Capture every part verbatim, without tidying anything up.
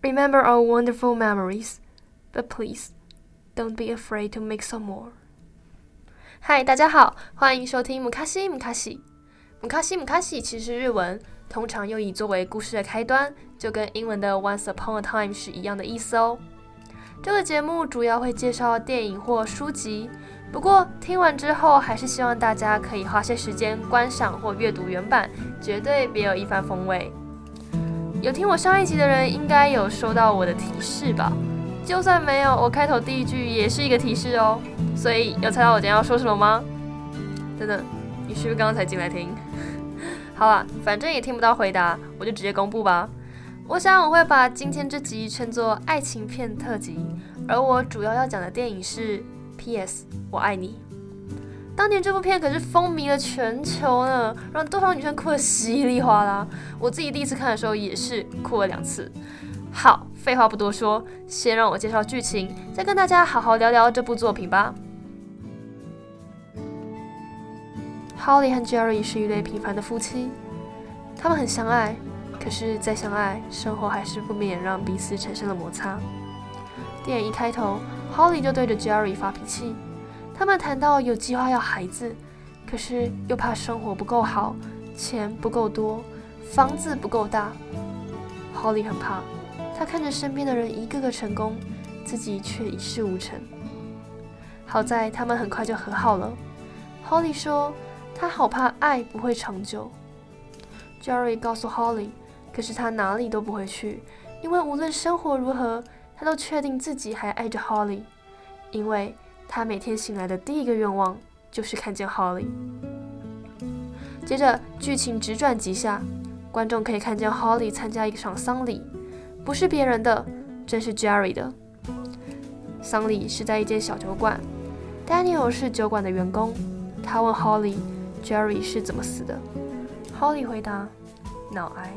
Remember our wonderful memories, but please, don't be afraid to make some more. 嗨，大家好，欢迎收听姆卡西姆卡西。姆卡西姆卡西其实是日文，通常用以作为故事的开端，就跟英文的 Once Upon a Time 是一样的意思哦。这个节目主要会介绍电影或书籍，不过听完之后还是希望大家可以花些时间观赏或阅读原版，绝对别有一番风味。有听我上一集的人应该有收到我的提示吧？就算没有，我开头第一句也是一个提示哦。所以有猜到我今天要说什么吗？等等，你是不是刚刚才进来听？好啦，反正也听不到回答，我就直接公布吧。我想我会把今天这集称作爱情片特辑，而我主要要讲的电影是 P S 我爱你。当年这部片可是风靡了全球呢，让多少女生哭得稀里哗啦。我自己第一次看的时候也是哭了两次。好，废话不多说，先让我介绍剧情，再跟大家好好聊聊这部作品吧。Holly 和 Jerry 是一对平凡的夫妻，他们很相爱，可是再相爱，生活还是不免让彼此产生了摩擦。电影一开头 ，Holly 就对着 Jerry 发脾气。他们谈到有计划要孩子，可是又怕生活不够好，钱不够多，房子不够大。Holly 很怕，他看着身边的人一个个成功，自己却一事无成。好在他们很快就和好了。Holly 说他好怕爱不会长久。Jerry 告诉 Holly， 可是他哪里都不会去，因为无论生活如何，他都确定自己还爱着 Holly， 因为他每天醒来的第一个愿望就是看见 Holly。 接着剧情直转急下，观众可以看见 Holly 参加一场丧礼，不是别人的，正是 Jerry 的。丧礼是在一间小酒馆， Daniel 是酒馆的员工，他问 Holly Jerry 是怎么死的。 Holly 回答脑癌。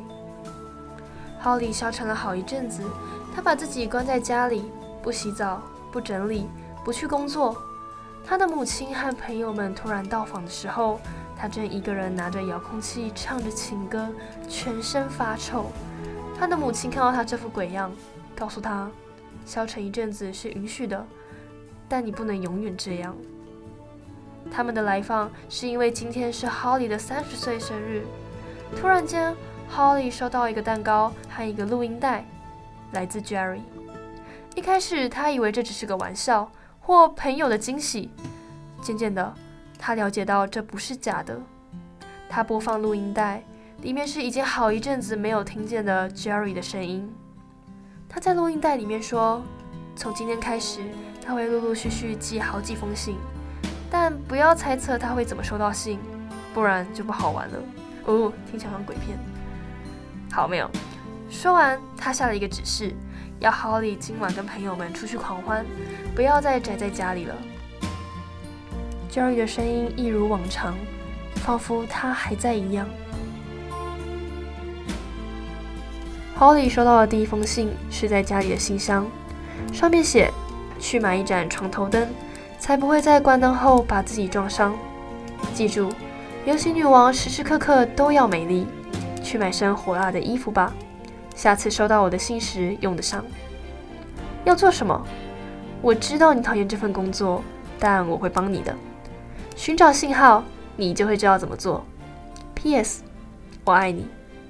Holly 消沉了好一阵子，他把自己关在家里，不洗澡，不整理，不去工作。他的母亲和朋友们突然到访的时候，他正一个人拿着遥控器唱着情歌，全身发臭。他的母亲看到他这副鬼样，告诉他消沉一阵子是允许的，但你不能永远这样。他们的来访是因为今天是 Holly 的三十岁生日。突然间 Holly 收到一个蛋糕和一个录音带，来自 Jerry。 一开始他以为这只是个玩笑或朋友的惊喜，渐渐的他了解到这不是假的。他播放录音带，里面是已经好一阵子没有听见的 Jerry 的声音。他在录音带里面说，从今天开始他会陆陆续续寄好几封信，但不要猜测他会怎么收到信，不然就不好玩了。哦，听起来像鬼片。好，没有。说完，他下了一个指示，要 Holly 今晚跟朋友们出去狂欢，不要再宅在家里了。Jerry 的声音一如往常，仿佛他还在一样。Holly 收到的第一封信是在家里的信箱，上面写去买一盏床头灯，才不会在关灯后把自己撞伤。记住，流行女王时时刻刻都要美丽，去买身火辣的衣服吧，下次收到我的信时用得上。要做什么？我知道你讨厌这份工作，但我会帮你的。寻找信号，你就会知道怎么做。P S 我爱你。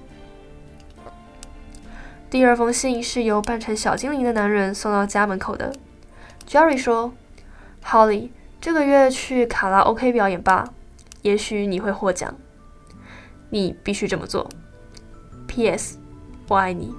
第二封信是由扮成小精灵的男人送到家门口的。Jerry 说 Holly 这个月去卡拉 OK 表演吧，也许你会获奖，你必须这么做。P S 我爱你。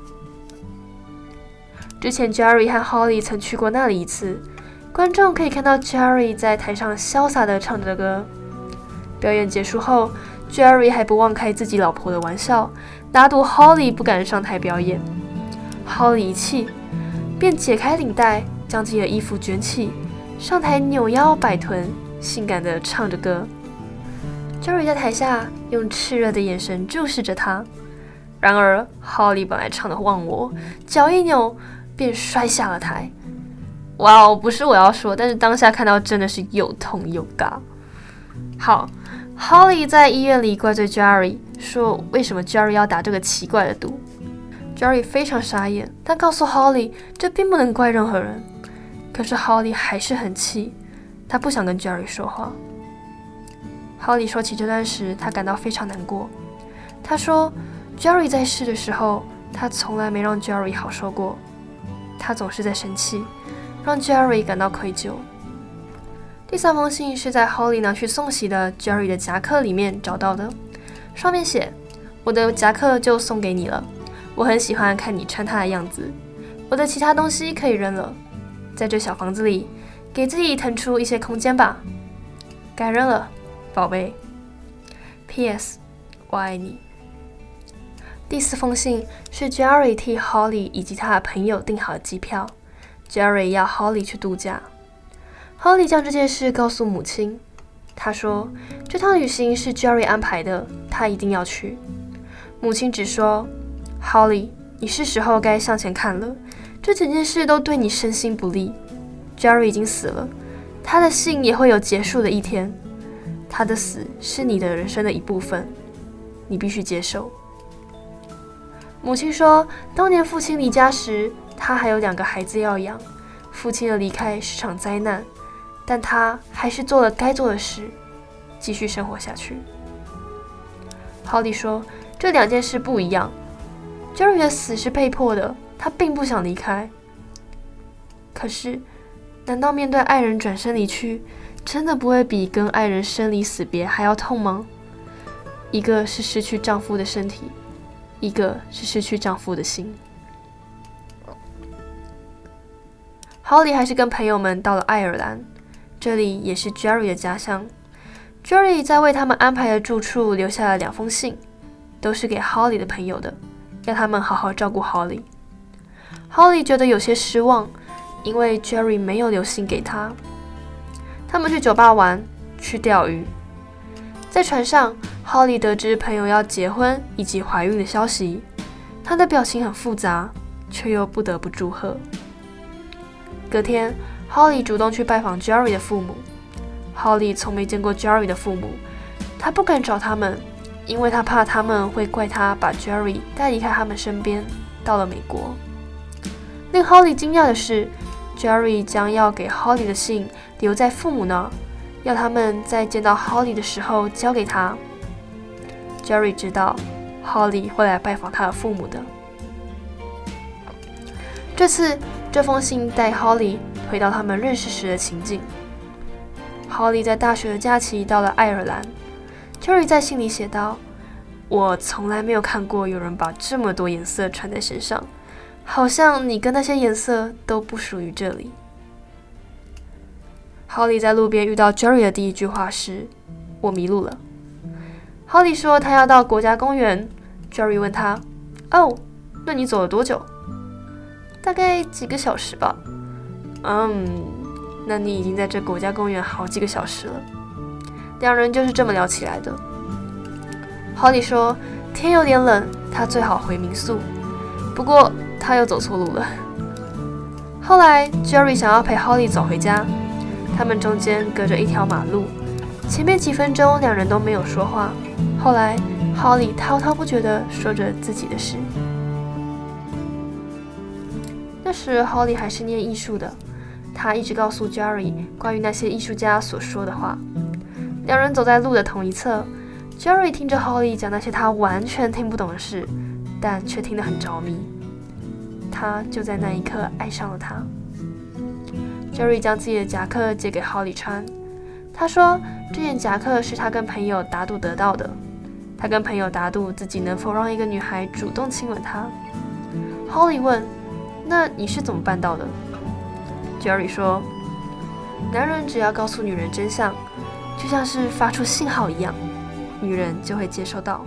之前 Jerry 和 Holly 曾去过那里一次，观众可以看到 Jerry 在台上潇洒地唱着歌。表演结束后， Jerry 还不忘开自己老婆的玩笑，打赌 Holly 不敢上台表演。Holly 一气，便解开领带，将自己的衣服卷起，上台扭腰摆臀，性感地唱着歌。Jerry 在台下用炽热的眼神注视着他。然而 Holly 本来唱得忘我，脚一扭便摔下了台。哇哦，不是我要说，但是当下看到真的是又痛又尬。好， Holly 在医院里怪罪 Jerry， 说为什么 Jerry 要打这个奇怪的赌。 Jerry 非常傻眼，他告诉 Holly 这并不能怪任何人。可是 Holly 还是很气，他不想跟 Jerry 说话。Holly 说起这段时，他感到非常难过。他说 Jerry 在世的时候，他从来没让 Jerry 好受过，他总是在生气，让 Jerry 感到愧疚。第三封信是在 Holly 拿去送洗的 Jerry 的夹克里面找到的，上面写：我的夹克就送给你了，我很喜欢看你穿它的样子，我的其他东西可以扔了，在这小房子里给自己腾出一些空间吧，该扔了，宝贝。 P S 我爱你。第四封信是 Jerry 替 Holly 以及他的朋友订好的机票， Jerry 要 Holly 去度假。 Holly 将这件事告诉母亲，他说这趟旅行是 Jerry 安排的，他一定要去。母亲只说 Holly 你是时候该向前看了，这整件事都对你身心不利。 Jerry 已经死了，他的信也会有结束的一天，他的死是你的人生的一部分，你必须接受。母亲说当年父亲离家时，他还有两个孩子要养，父亲的离开是场灾难，但他还是做了该做的事，继续生活下去。 Holly 说这两件事不一样， Jerry 的死是被迫的，他并不想离开。可是难道面对爱人转身离去，真的不会比跟爱人生离死别还要痛吗？一个是失去丈夫的身体，一个是失去丈夫的心。Holly 还是跟朋友们到了爱尔兰，这里也是 Jerry 的家乡。 Jerry 在为他们安排的住处留下了两封信，都是给 Holly 的朋友的，要他们好好照顾 Holly。 Holly 觉得有些失望，因为 Jerry 没有留信给他。他们去酒吧玩，去钓鱼。在船上， Holly 得知朋友要结婚以及怀孕的消息，她的表情很复杂，却又不得不祝贺。隔天 Holly 主动去拜访 Jerry 的父母。 Holly 从没见过 Jerry 的父母，她不敢找他们，因为她怕他们会怪她把 Jerry 带离开他们身边，到了美国。令 Holly 惊讶的是， Jerry 将要给 Holly 的信留在父母那儿，要他们在见到 Holly 的时候交给他。 Jerry 知道 Holly 会来拜访他的父母的。这次这封信带 Holly 回到他们认识时的情景。 Holly 在大学的假期到了爱尔兰。 Jerry 在信里写道：我从来没有看过有人把这么多颜色穿在身上，好像你跟那些颜色都不属于这里。 Holly 在路边遇到 Jerry 的第一句话是：我迷路了。 Holly 说他要到国家公园。 Jerry 问他：哦，那你走了多久？大概几个小时吧。嗯，那你已经在这国家公园好几个小时了。两人就是这么聊起来的。 Holly 说天有点冷，他最好回民宿，不过他又走错路了。后来 Jerry 想要陪 Holly 走回家，他们中间隔着一条马路，前面几分钟两人都没有说话，后来 Holly 滔滔不绝地说着自己的事。那时 Holly 还是念艺术的，他一直告诉 Jerry 关于那些艺术家所说的话。两人走在路的同一侧， Jerry 听着 Holly 讲那些他完全听不懂的事，但却听得很着迷。他就在那一刻爱上了她。Jerry 将自己的夹克借给 Holly 穿，他说这件夹克是他跟朋友打赌得到的，他跟朋友打赌自己能否让一个女孩主动亲吻他。Holly 问：那你是怎么办到的？ Jerry 说：男人只要告诉女人真相，就像是发出信号一样，女人就会接收到。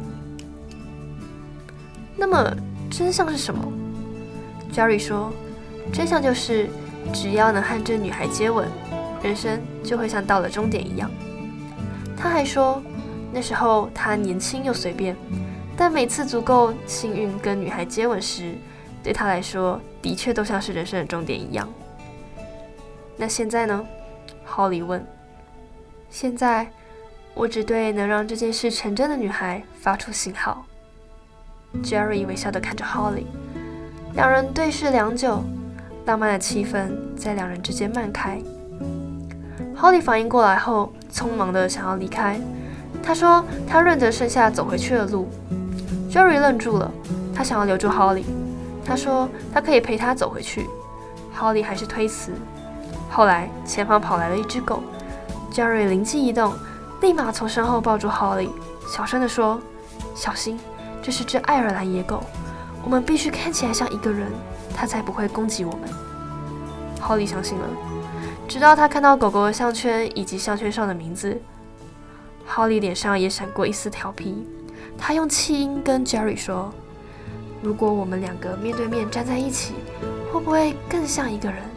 那么真相是什么？ Jerry 说真相就是只要能和这女孩接吻，人生就会像到了终点一样。他还说那时候他年轻又随便，但每次足够幸运跟女孩接吻时，对他来说的确都像是人生的终点一样。那现在呢？ Holly 问。现在我只对能让这件事成真的女孩发出信号。 Jerry 微笑地看着 Holly， 两人对视良久，浪漫的气氛在两人之间漫开。Holly 反应过来后，匆忙地想要离开。他说他认得剩下走回去的路。Jerry 愣住了，他想要留住 Holly。他说他可以陪他走回去。Holly 还是推辞。后来前方跑来了一只狗。Jerry 灵机一动，立马从身后抱住 Holly， 小声地说：“小心，这是只爱尔兰野狗，我们必须看起来像一个人，它才不会攻击我们。” Holly 相信了，直到他看到狗狗的项圈以及项圈上的名字。Holly 脸上也闪过一丝调皮，他用气音跟 Jerry 说：“如果我们两个面对面站在一起，会不会更像一个人？”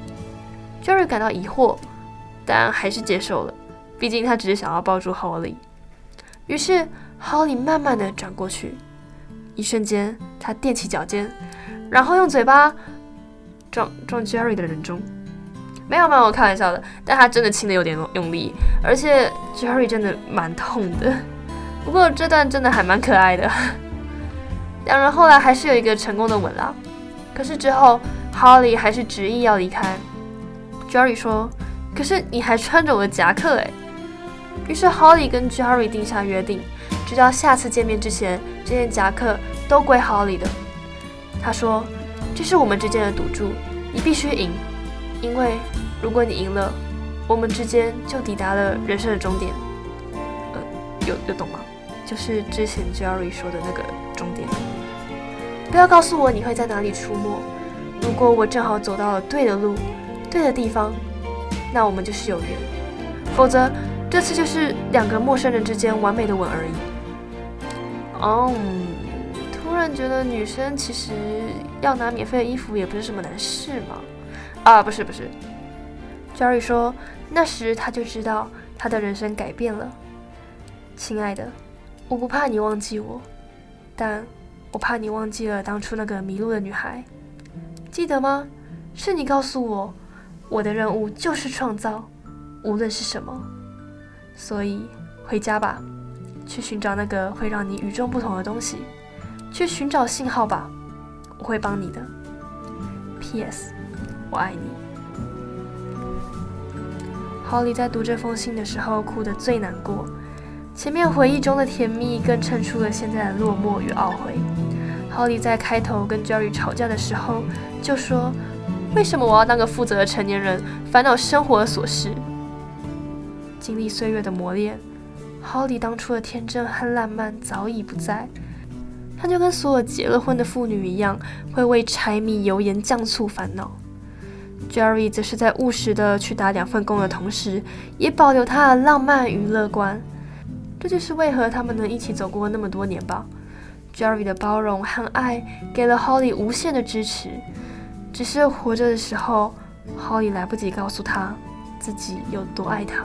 Jerry 感到疑惑，但还是接受了，毕竟他只是想要抱住 Holly。于是 Holly 慢慢地转过去，一瞬间他踮起脚尖，然后用嘴巴撞撞 Jerry 的人中。没有没有，我开玩笑的，但他真的亲的有点用力，而且 Jerry 真的蛮痛的。不过这段真的还蛮可爱的。两人后来还是有一个成功的吻啦，可是之后 Holly 还是执意要离开。Jerry 说：“可是你还穿着我的夹克诶。”于是 Holly 跟 Jerry 定下约定，直到下次见面之前，这件夹克都归 Holly 的。他说：“这是我们之间的赌注，你必须赢，因为如果你赢了，我们之间就抵达了人生的终点。”呃，有有懂吗？就是之前 Jerry 说的那个终点。不要告诉我你会在哪里出没，如果我正好走到了对的路、对的地方，那我们就是有缘，否则这次就是两个陌生人之间完美的吻而已。哦、嗯，突然觉得女生其实要拿免费的衣服也不是什么难事嘛。啊，不是不是 ，Jerry 说那时他就知道他的人生改变了。亲爱的，我不怕你忘记我，但我怕你忘记了当初那个迷路的女孩。记得吗？是你告诉我，我的任务就是创造，无论是什么。所以回家吧，去寻找那个会让你与众不同的东西，去寻找信号吧，我会帮你的。P S 我爱你。Holly 在读这封信的时候哭得最难过，前面回忆中的甜蜜更衬出了现在的落寞与懊悔。Holly 在开头跟 Jerry 吵架的时候就说：“为什么我要当个负责的成年人，烦恼生活的琐事？”经历岁月的磨练， Holly 当初的天真和烂漫早已不在。她就跟所有结了婚的妇女一样，会为柴米油盐酱醋烦恼。Jerry 则是在务实的去打两份工的同时，也保留他的浪漫与乐观。这就是为何他们能一起走过那么多年吧。Jerry 的包容和爱给了 Holly 无限的支持，只是活着的时候 Holly 来不及告诉他自己有多爱他。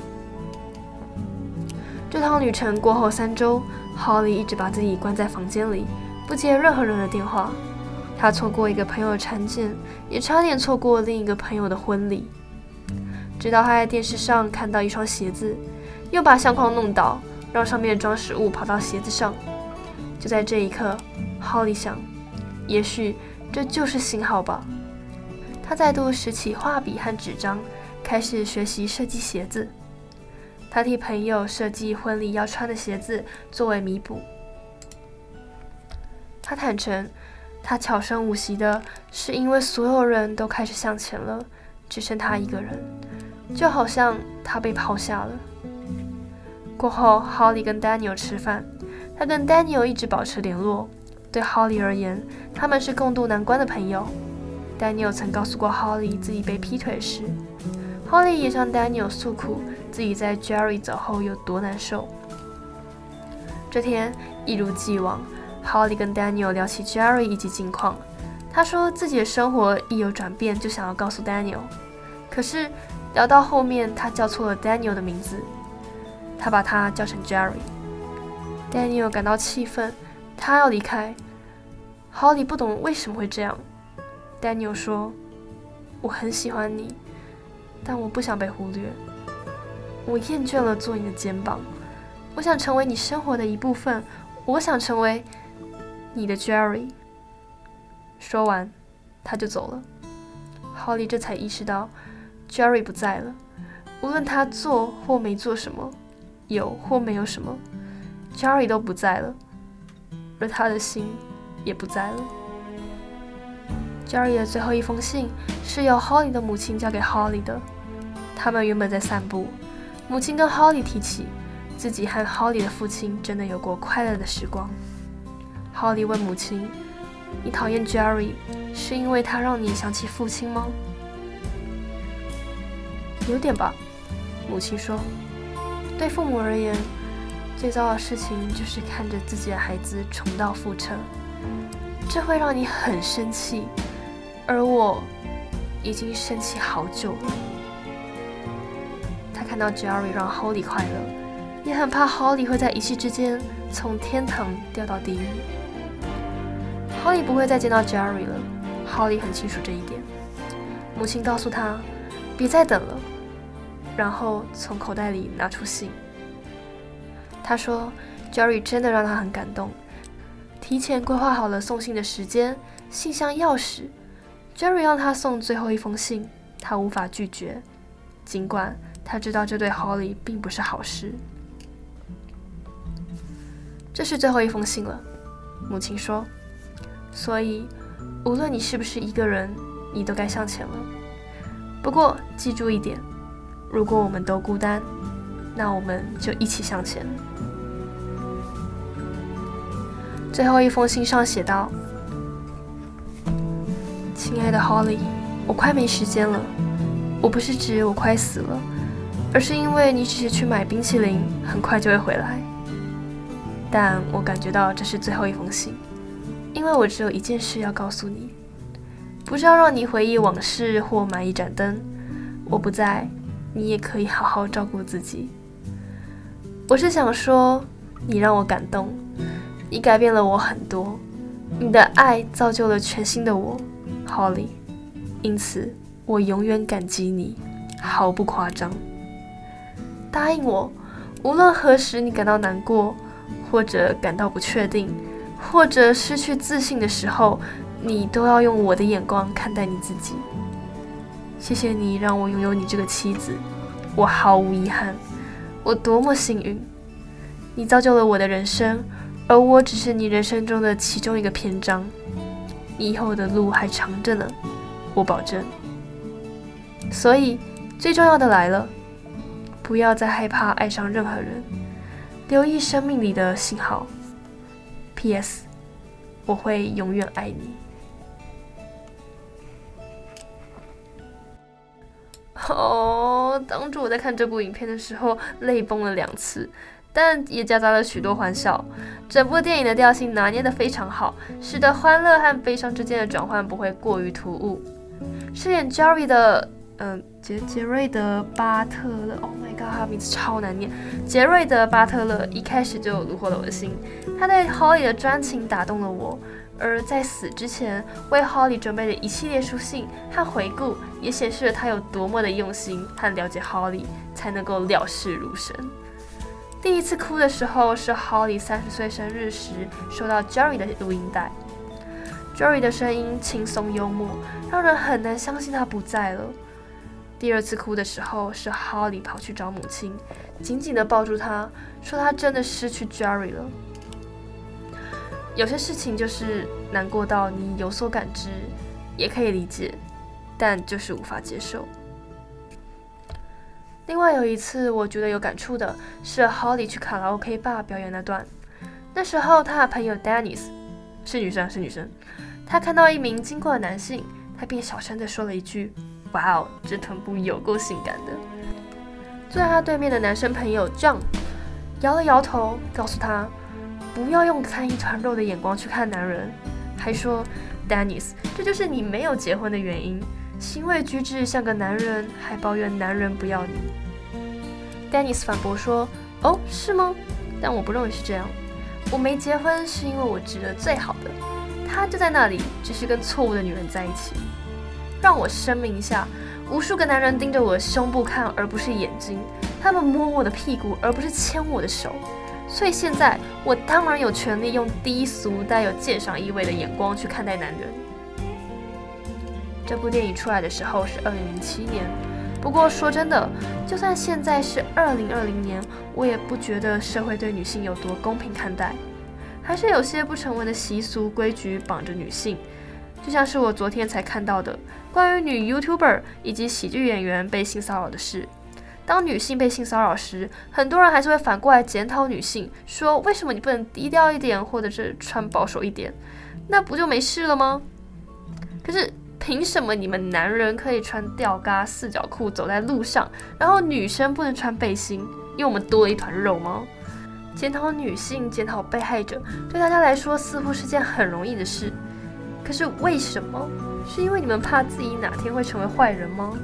这趟旅程过后三周， Holly 一直把自己关在房间里，不接任何人的电话。他错过一个朋友的产检，也差点错过另一个朋友的婚礼。直到他在电视上看到一双鞋子，又把相框弄倒，让上面的装饰物跑到鞋子上。就在这一刻， Holly 想，也许这就是信号吧。他再度拾起画笔和纸张，开始学习设计鞋子。他替朋友设计婚礼要穿的鞋子作为弥补。他坦诚，他悄声无息的是因为所有人都开始向前了，只剩他一个人，就好像他被抛下了。过后 Holly 跟 Daniel 吃饭，他跟 Daniel 一直保持联络。对 Holly 而言，他们是共度难关的朋友。Daniel 曾告诉过 Holly 自己被劈腿时， Holly 也向 Daniel 诉苦自己在 Jerry 走后有多难受。这天一如既往， Holly 跟 Daniel 聊起 Jerry 以及近况。他说自己的生活一有转变就想要告诉 Daniel， 可是聊到后面他叫错了 Daniel 的名字，他把他叫成 Jerry。 Daniel 感到气愤，他要离开。 Holly 不懂为什么会这样。 Daniel 说：“我很喜欢你，但我不想被忽略。我厌倦了做你的肩膀，我想成为你生活的一部分，我想成为你的 Jerry。” 说完，他就走了。Holly 这才意识到 Jerry 不在了，无论他做或没做什么，有或没有什么， Jerry 都不在了，而他的心也不在了。Jerry 的最后一封信是由 Holly 的母亲交给 Holly 的。他们原本在散步，母亲跟 Holly 提起自己和 Holly 的父亲真的有过快乐的时光。Holly 问母亲：“你讨厌 Jerry 是因为他让你想起父亲吗？”“有点吧。”母亲说。对父母而言，最糟的事情就是看着自己的孩子重蹈覆辙，这会让你很生气，而我已经生气好久了。他看到 Jerry 让 Holly 快乐，也很怕 Holly 会在一夕之间从天堂掉到地狱。Holly 不会再见到 Jerry 了， Holly 很清楚这一点。母亲告诉他别再等了，然后从口袋里拿出信。他说 Jerry 真的让他很感动，提前规划好了送信的时间、信箱钥匙。 Jerry 让他送最后一封信，他无法拒绝，尽管他知道这对 Holly 并不是好事。这是最后一封信了，母亲说，所以无论你是不是一个人，你都该向前了。不过记住一点，如果我们都孤单，那我们就一起向前。最后一封信上写道：亲爱的 Holly， 我快没时间了。我不是指我快死了，而是因为你只是去买冰淇淋，很快就会回来。但我感觉到这是最后一封信，因为我只有一件事要告诉你，不是要让你回忆往事或买一盏灯。我不在，你也可以好好照顾自己。我是想说，你让我感动，你改变了我很多，你的爱造就了全新的我 Holly， 因此我永远感激你，毫不夸张。答应我，无论何时你感到难过，或者感到不确定，或者失去自信的时候，你都要用我的眼光看待你自己。谢谢你让我拥有你这个妻子，我毫无遗憾，我多么幸运。你造就了我的人生，而我只是你人生中的其中一个篇章。你以后的路还长着呢，我保证。所以最重要的来了，不要再害怕爱上任何人，留意生命里的信号。 P S 我会永远爱你。哦，当初我在看这部影片的时候泪崩了两次，但也夹杂了许多欢笑。整部电影的调性拿捏得非常好，使得欢乐和悲伤之间的转换不会过于突兀。饰演 Jerry 的嗯，杰杰瑞德·巴特勒 ，Oh my god， 他的名字超难念。杰瑞德·巴特勒一开始就虏获了我的心，他对 Holly 的专情打动了我，而在死之前为 Holly 准备的一系列书信和回顾，也显示了他有多么的用心和了解 Holly， 才能够了事如神。第一次哭的时候是 Holly 三十岁生日时收到 Jerry 的录音带。Jerry 的声音轻松幽默，让人很难相信他不在了。第二次哭的时候是 Holly 跑去找母亲，紧紧地抱住她，说她真的失去 Jerry 了。有些事情就是难过到你有所感知，也可以理解，但就是无法接受。另外有一次我觉得有感触的是 Holly 去卡拉 OK 吧表演那段，那时候她的朋友 Dennis 是女生是女生，她看到一名经过的男性，她便小声地说了一句：哇哦，这臀部有够性感的。坐在她对面的男生朋友 John 摇了摇头，告诉她不要用看一团肉的眼光去看男人，还说 Dennis 这就是你没有结婚的原因，行为举止像个男人，还抱怨男人不要你。 Dennis 反驳说：哦，是吗？但我不认为是这样，我没结婚是因为我值得最好的，他就在那里，只是跟错误的女人在一起。让我声明一下，无数个男人盯着我的胸部看，而不是眼睛，他们摸我的屁股，而不是牵我的手。所以现在我当然有权利用低俗带有鉴赏意味的眼光去看待男人。 这部电影出来的时候是二零零七年。不过说真的，就算现在是二零二零年，我也不觉得社会对女性有多公平看待，还是有些不成文的习俗规矩绑着女性。就像是我昨天才看到的关于女 YouTuber 以及喜剧演员被性骚扰的事。当女性被性骚扰时，很多人还是会反过来检讨女性，说为什么你不能低调一点，或者是穿保守一点，那不就没事了吗？可是凭什么你们男人可以穿吊嘎四角裤走在路上，然后女生不能穿背心，因为我们多了一团肉吗？检讨女性，检讨被害者，对大家来说似乎是件很容易的事。可是为什么？是因为你们怕自己哪天会成为坏人吗？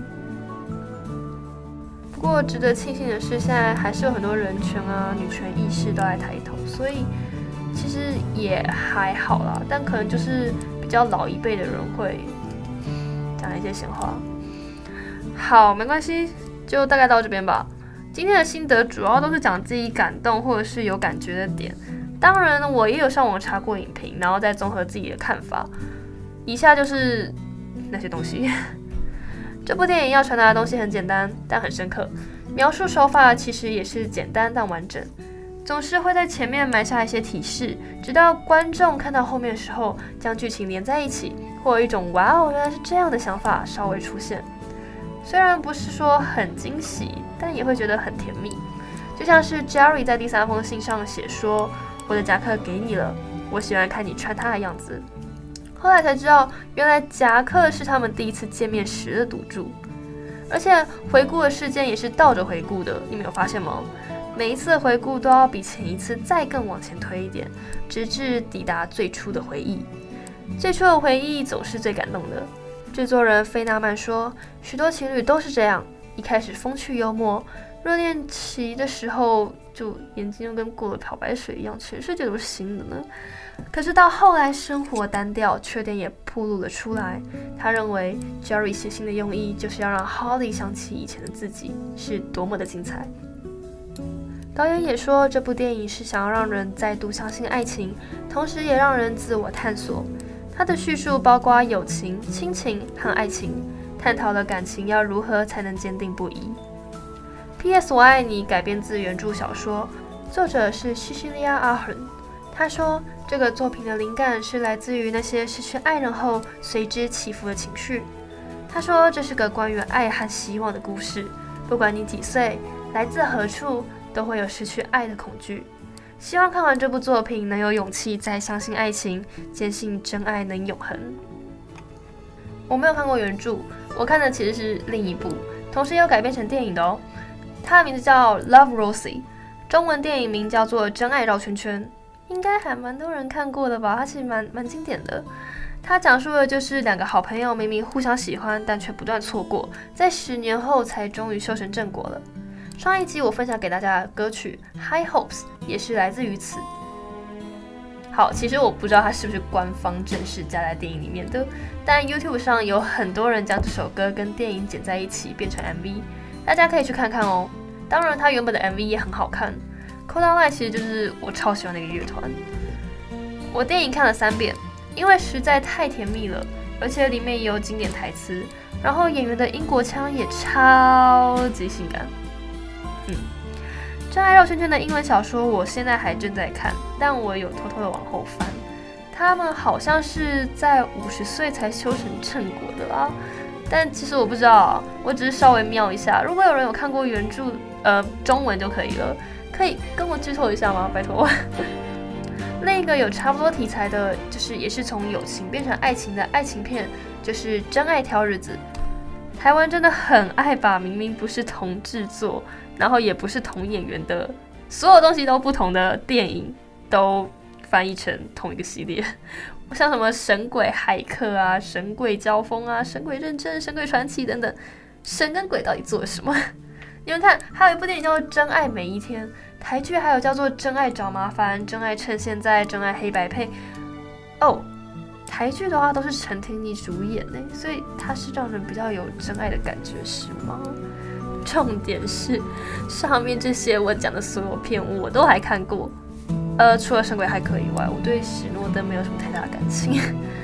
不过值得庆幸的是，现在还是有很多人权啊、女权意识都在抬头，所以其实也还好啦。但可能就是比较老一辈的人会讲一些闲话。好，没关系，就大概到这边吧。今天的心得主要都是讲自己感动或者是有感觉的点。当然，我也有上网查过影评，然后再综合自己的看法。以下就是那些东西。这部电影要传达的东西很简单，但很深刻。描述手法其实也是简单但完整，总是会在前面埋下一些提示，直到观众看到后面的时候，将剧情连在一起，或有一种哇哦原来是这样的想法稍微出现。虽然不是说很惊喜，但也会觉得很甜蜜。就像是 Jerry 在第三封信上写说，我的夹克给你了，我喜欢看你穿它的样子。后来才知道，原来夹克是他们第一次见面时的赌注，而且回顾的事件也是倒着回顾的，你们有发现吗？每一次的回顾都要比前一次再更往前推一点，直至抵达最初的回忆。最初的回忆总是最感动的。制作人菲纳曼说，许多情侣都是这样，一开始风趣幽默，热恋期的时候就眼睛就跟过了漂白水一样，全世界都是新的呢。可是到后来生活单调，缺点也暴露了出来。他认为 Jerry 写信的用意就是要让 Holly 想起以前的自己是多么的精彩。导演也说，这部电影是想要让人再度相信爱情，同时也让人自我探索。他的叙述包括友情、亲情和爱情，探讨了感情要如何才能坚定不移。P S 我爱你改编自原著小说，作者是西西利亚·阿亨。他说，这个作品的灵感是来自于那些失去爱人后随之起伏的情绪。他说，这是个关于爱和希望的故事，不管你几岁，来自何处，都会有失去爱的恐惧。希望看完这部作品能有勇气再相信爱情，坚信真爱能永恒。我没有看过原著，我看的其实是另一部，同时也有改编成电影的哦。它的名字叫 Love Rosie， 中文电影名叫做真爱绕圈圈，应该还蛮多人看过的吧，它其实蛮蛮经典的。它讲述的就是两个好朋友明明互相喜欢，但却不断错过，在十年后才终于修成正果了。上一集我分享给大家的歌曲 High Hopes 也是来自于此。好，其实我不知道它是不是官方正式加在电影里面的，但 YouTube 上有很多人将这首歌跟电影剪在一起变成 M V， 大家可以去看看哦。当然它原本的 M V 也很好看。Kodaline 其实就是我超喜欢的一个乐团。我电影看了三遍，因为实在太甜蜜了，而且里面也有经典台词，然后演员的英国腔也超级性感。嗯，真爱绕圈圈的英文小说我现在还正在看，但我有偷偷的往后翻，他们好像是在五十岁才修成正果的啦。但其实我不知道，我只是稍微瞄一下。如果有人有看过原著，呃，中文就可以了，可以跟我剧透一下吗？拜托。另一个有差不多题材的，就是也是从友情变成爱情的爱情片，就是《真爱挑日子》。台湾真的很爱把明明不是同制作，然后也不是同演员的，所有东西都不同的电影，都翻译成同一个系列。像什么神鬼骇客啊、神鬼交锋啊、神鬼认证、神鬼传奇等等，神跟鬼到底做了什么？你们看，还有一部电影叫做《真爱每一天》，台剧还有叫做《真爱找麻烦》、《真爱趁现在》、《真爱黑白配》。哦，台剧的话都是陈婷妮主演呢，所以它是让人比较有真爱的感觉，是吗？重点是，上面这些我讲的所有片我都还看过。呃，除了《神鬼骇客》以外，我对史诺登没有什么太大的感情。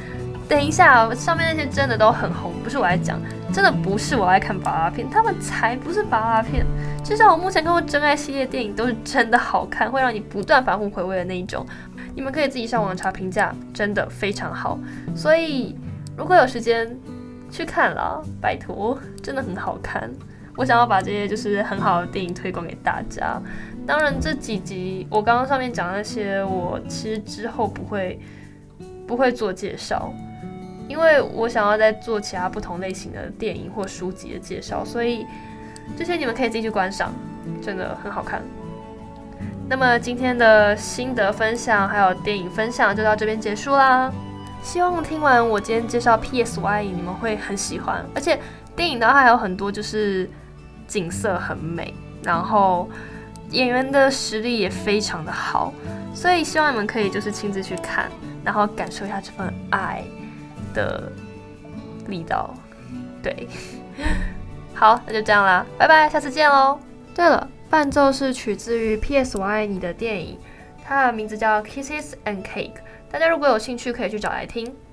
等一下，上面那些真的都很红，不是我来讲，真的不是我爱看芭乐片，他们才不是芭乐片。至少我目前看过真爱系列电影都是真的好看，会让你不断反复回味的那一种。你们可以自己上网查评价，真的非常好。所以如果有时间去看啦，拜托，真的很好看。我想要把这些就是很好的电影推广给大家。当然这几集我刚刚上面讲的那些，我其实之后不会不会做介绍，因为我想要再做其他不同类型的电影或书籍的介绍，所以这些你们可以自己去观赏，真的很好看。那么今天的心得分享还有电影分享就到这边结束啦。希望听完我今天介绍 P S 我爱你，你们会很喜欢。而且电影的话还有很多就是景色很美，然后演员的实力也非常的好，所以希望你们可以就是亲自去看，然后感受一下这份爱的力道。对，好，那就这样啦，拜拜，下次见喽。对了，伴奏是取自于 P S 我爱你的电影，它的名字叫 Kisses and Cake， 大家如果有兴趣可以去找来听。